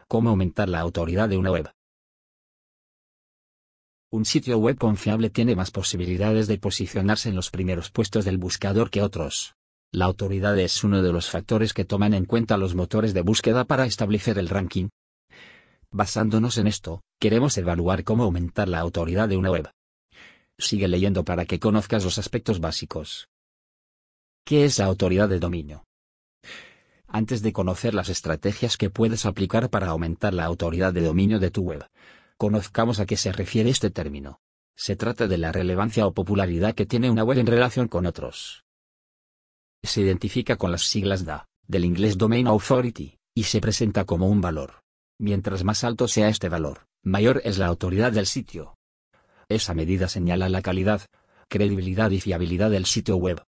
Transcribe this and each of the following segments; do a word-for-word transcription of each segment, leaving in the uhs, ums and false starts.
¿Cómo aumentar la autoridad de una web? Un sitio web confiable tiene más posibilidades de posicionarse en los primeros puestos del buscador que otros. La autoridad es uno de los factores que toman en cuenta los motores de búsqueda para establecer el ranking. Basándonos en esto, queremos evaluar cómo aumentar la autoridad de una web. Sigue leyendo para que conozcas los aspectos básicos. ¿Qué es la autoridad de dominio? Antes de conocer las estrategias que puedes aplicar para aumentar la autoridad de dominio de tu web, conozcamos a qué se refiere este término. Se trata de la relevancia o popularidad que tiene una web en relación con otros. Se identifica con las siglas D A, del inglés Domain Authority, y se presenta como un valor. Mientras más alto sea este valor, mayor es la autoridad del sitio. Esa medida señala la calidad, credibilidad y fiabilidad del sitio web.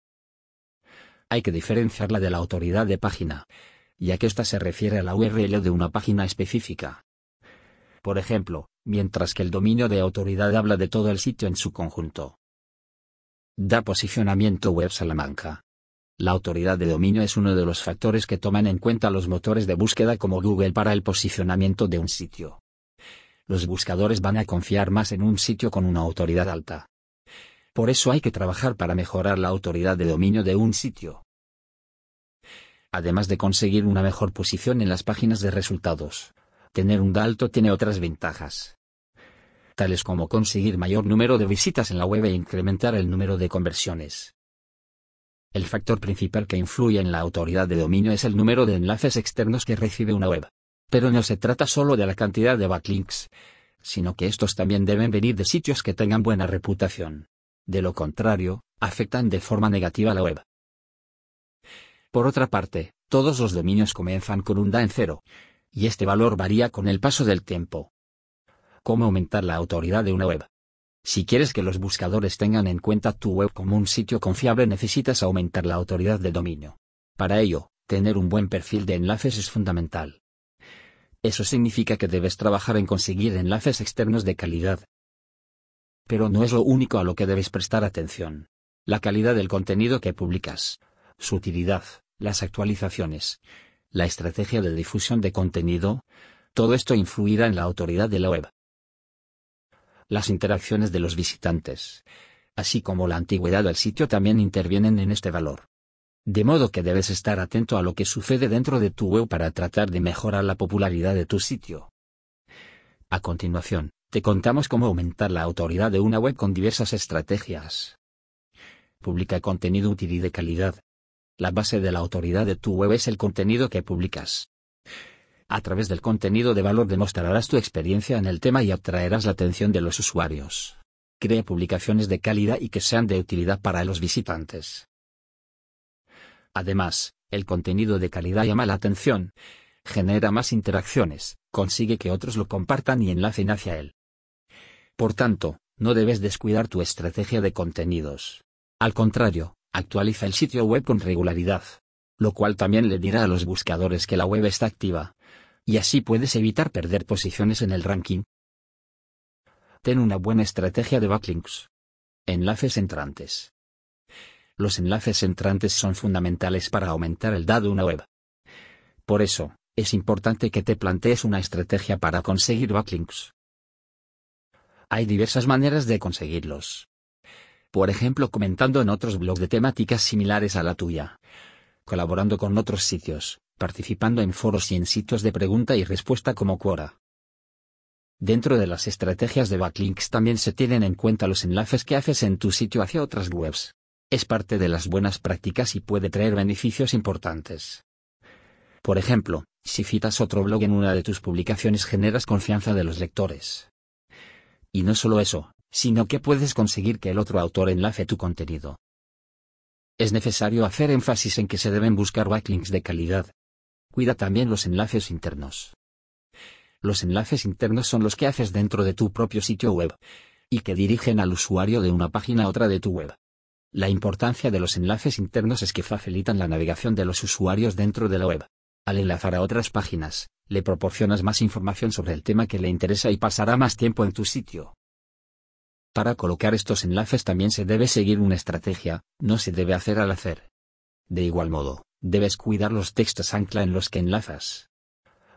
Hay que diferenciarla de la autoridad de página, ya que ésta se refiere a la U R L de una página específica. Por ejemplo, mientras que el dominio de autoridad habla de todo el sitio en su conjunto. Da posicionamiento web Salamanca. La autoridad de dominio es uno de los factores que toman en cuenta los motores de búsqueda como Google para el posicionamiento de un sitio. Los buscadores van a confiar más en un sitio con una autoridad alta. Por eso hay que trabajar para mejorar la autoridad de dominio de un sitio. Además de conseguir una mejor posición en las páginas de resultados, tener un D A alto tiene otras ventajas, tales como conseguir mayor número de visitas en la web e incrementar el número de conversiones. El factor principal que influye en la autoridad de dominio es el número de enlaces externos que recibe una web. Pero no se trata solo de la cantidad de backlinks, sino que estos también deben venir de sitios que tengan buena reputación. De lo contrario, afectan de forma negativa a la web. Por otra parte, todos los dominios comienzan con un D A en cero, y este valor varía con el paso del tiempo. ¿Cómo aumentar la autoridad de una web? Si quieres que los buscadores tengan en cuenta tu web como un sitio confiable, necesitas aumentar la autoridad de dominio. Para ello, tener un buen perfil de enlaces es fundamental. Eso significa que debes trabajar en conseguir enlaces externos de calidad. Pero no es lo único a lo que debes prestar atención. La calidad del contenido que publicas, su utilidad, las actualizaciones, la estrategia de difusión de contenido, todo esto influirá en la autoridad de la web. Las interacciones de los visitantes, así como la antigüedad del sitio, también intervienen en este valor. De modo que debes estar atento a lo que sucede dentro de tu web para tratar de mejorar la popularidad de tu sitio. A continuación, te contamos cómo aumentar la autoridad de una web con diversas estrategias. Publica contenido útil y de calidad. La base de la autoridad de tu web es el contenido que publicas. A través del contenido de valor demostrarás tu experiencia en el tema y atraerás la atención de los usuarios. Crea publicaciones de calidad y que sean de utilidad para los visitantes. Además, el contenido de calidad llama la atención, genera más interacciones, consigue que otros lo compartan y enlacen hacia él. Por tanto, no debes descuidar tu estrategia de contenidos. Al contrario, actualiza el sitio web con regularidad, lo cual también le dirá a los buscadores que la web está activa, y así puedes evitar perder posiciones en el ranking. Ten una buena estrategia de backlinks. Enlaces entrantes. Los enlaces entrantes son fundamentales para aumentar el D A de una web. Por eso, es importante que te plantees una estrategia para conseguir backlinks. Hay diversas maneras de conseguirlos. Por ejemplo, comentando en otros blogs de temáticas similares a la tuya, colaborando con otros sitios, participando en foros y en sitios de pregunta y respuesta como Quora. Dentro de las estrategias de backlinks también se tienen en cuenta los enlaces que haces en tu sitio hacia otras webs. Es parte de las buenas prácticas y puede traer beneficios importantes. Por ejemplo, si citas otro blog en una de tus publicaciones, generas confianza de los lectores. Y no solo eso, sino que puedes conseguir que el otro autor enlace tu contenido. Es necesario hacer énfasis en que se deben buscar backlinks de calidad. Cuida también los enlaces internos. Los enlaces internos son los que haces dentro de tu propio sitio web, y que dirigen al usuario de una página a otra de tu web. La importancia de los enlaces internos es que facilitan la navegación de los usuarios dentro de la web. Al enlazar a otras páginas, le proporcionas más información sobre el tema que le interesa y pasará más tiempo en tu sitio. Para colocar estos enlaces también se debe seguir una estrategia, no se debe hacer al hacer. De igual modo, debes cuidar los textos ancla en los que enlazas.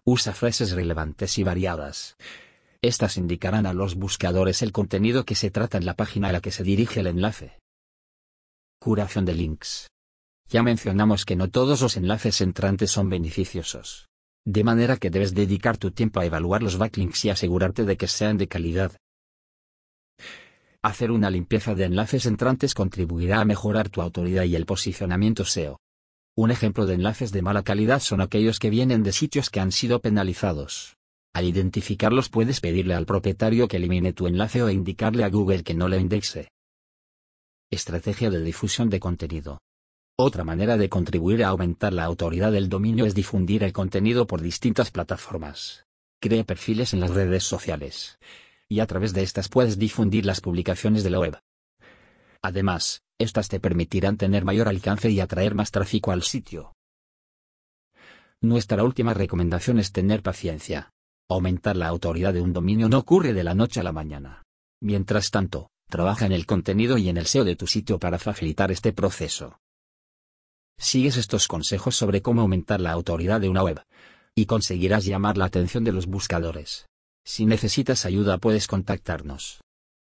Usa frases relevantes y variadas. Estas indicarán a los buscadores el contenido que se trata en la página a la que se dirige el enlace. Curación de links. Ya mencionamos que no todos los enlaces entrantes son beneficiosos. De manera que debes dedicar tu tiempo a evaluar los backlinks y asegurarte de que sean de calidad. Hacer una limpieza de enlaces entrantes contribuirá a mejorar tu autoridad y el posicionamiento S E O. Un ejemplo de enlaces de mala calidad son aquellos que vienen de sitios que han sido penalizados. Al identificarlos puedes pedirle al propietario que elimine tu enlace o indicarle a Google que no le indexe. Estrategia de difusión de contenido. Otra manera de contribuir a aumentar la autoridad del dominio es difundir el contenido por distintas plataformas. Crea perfiles en las redes sociales. Y a través de estas puedes difundir las publicaciones de la web. Además, estas te permitirán tener mayor alcance y atraer más tráfico al sitio. Nuestra última recomendación es tener paciencia. Aumentar la autoridad de un dominio no ocurre de la noche a la mañana. Mientras tanto, trabaja en el contenido y en el S E O de tu sitio para facilitar este proceso. Sigues estos consejos sobre cómo aumentar la autoridad de una web, y conseguirás llamar la atención de los buscadores. Si necesitas ayuda puedes contactarnos.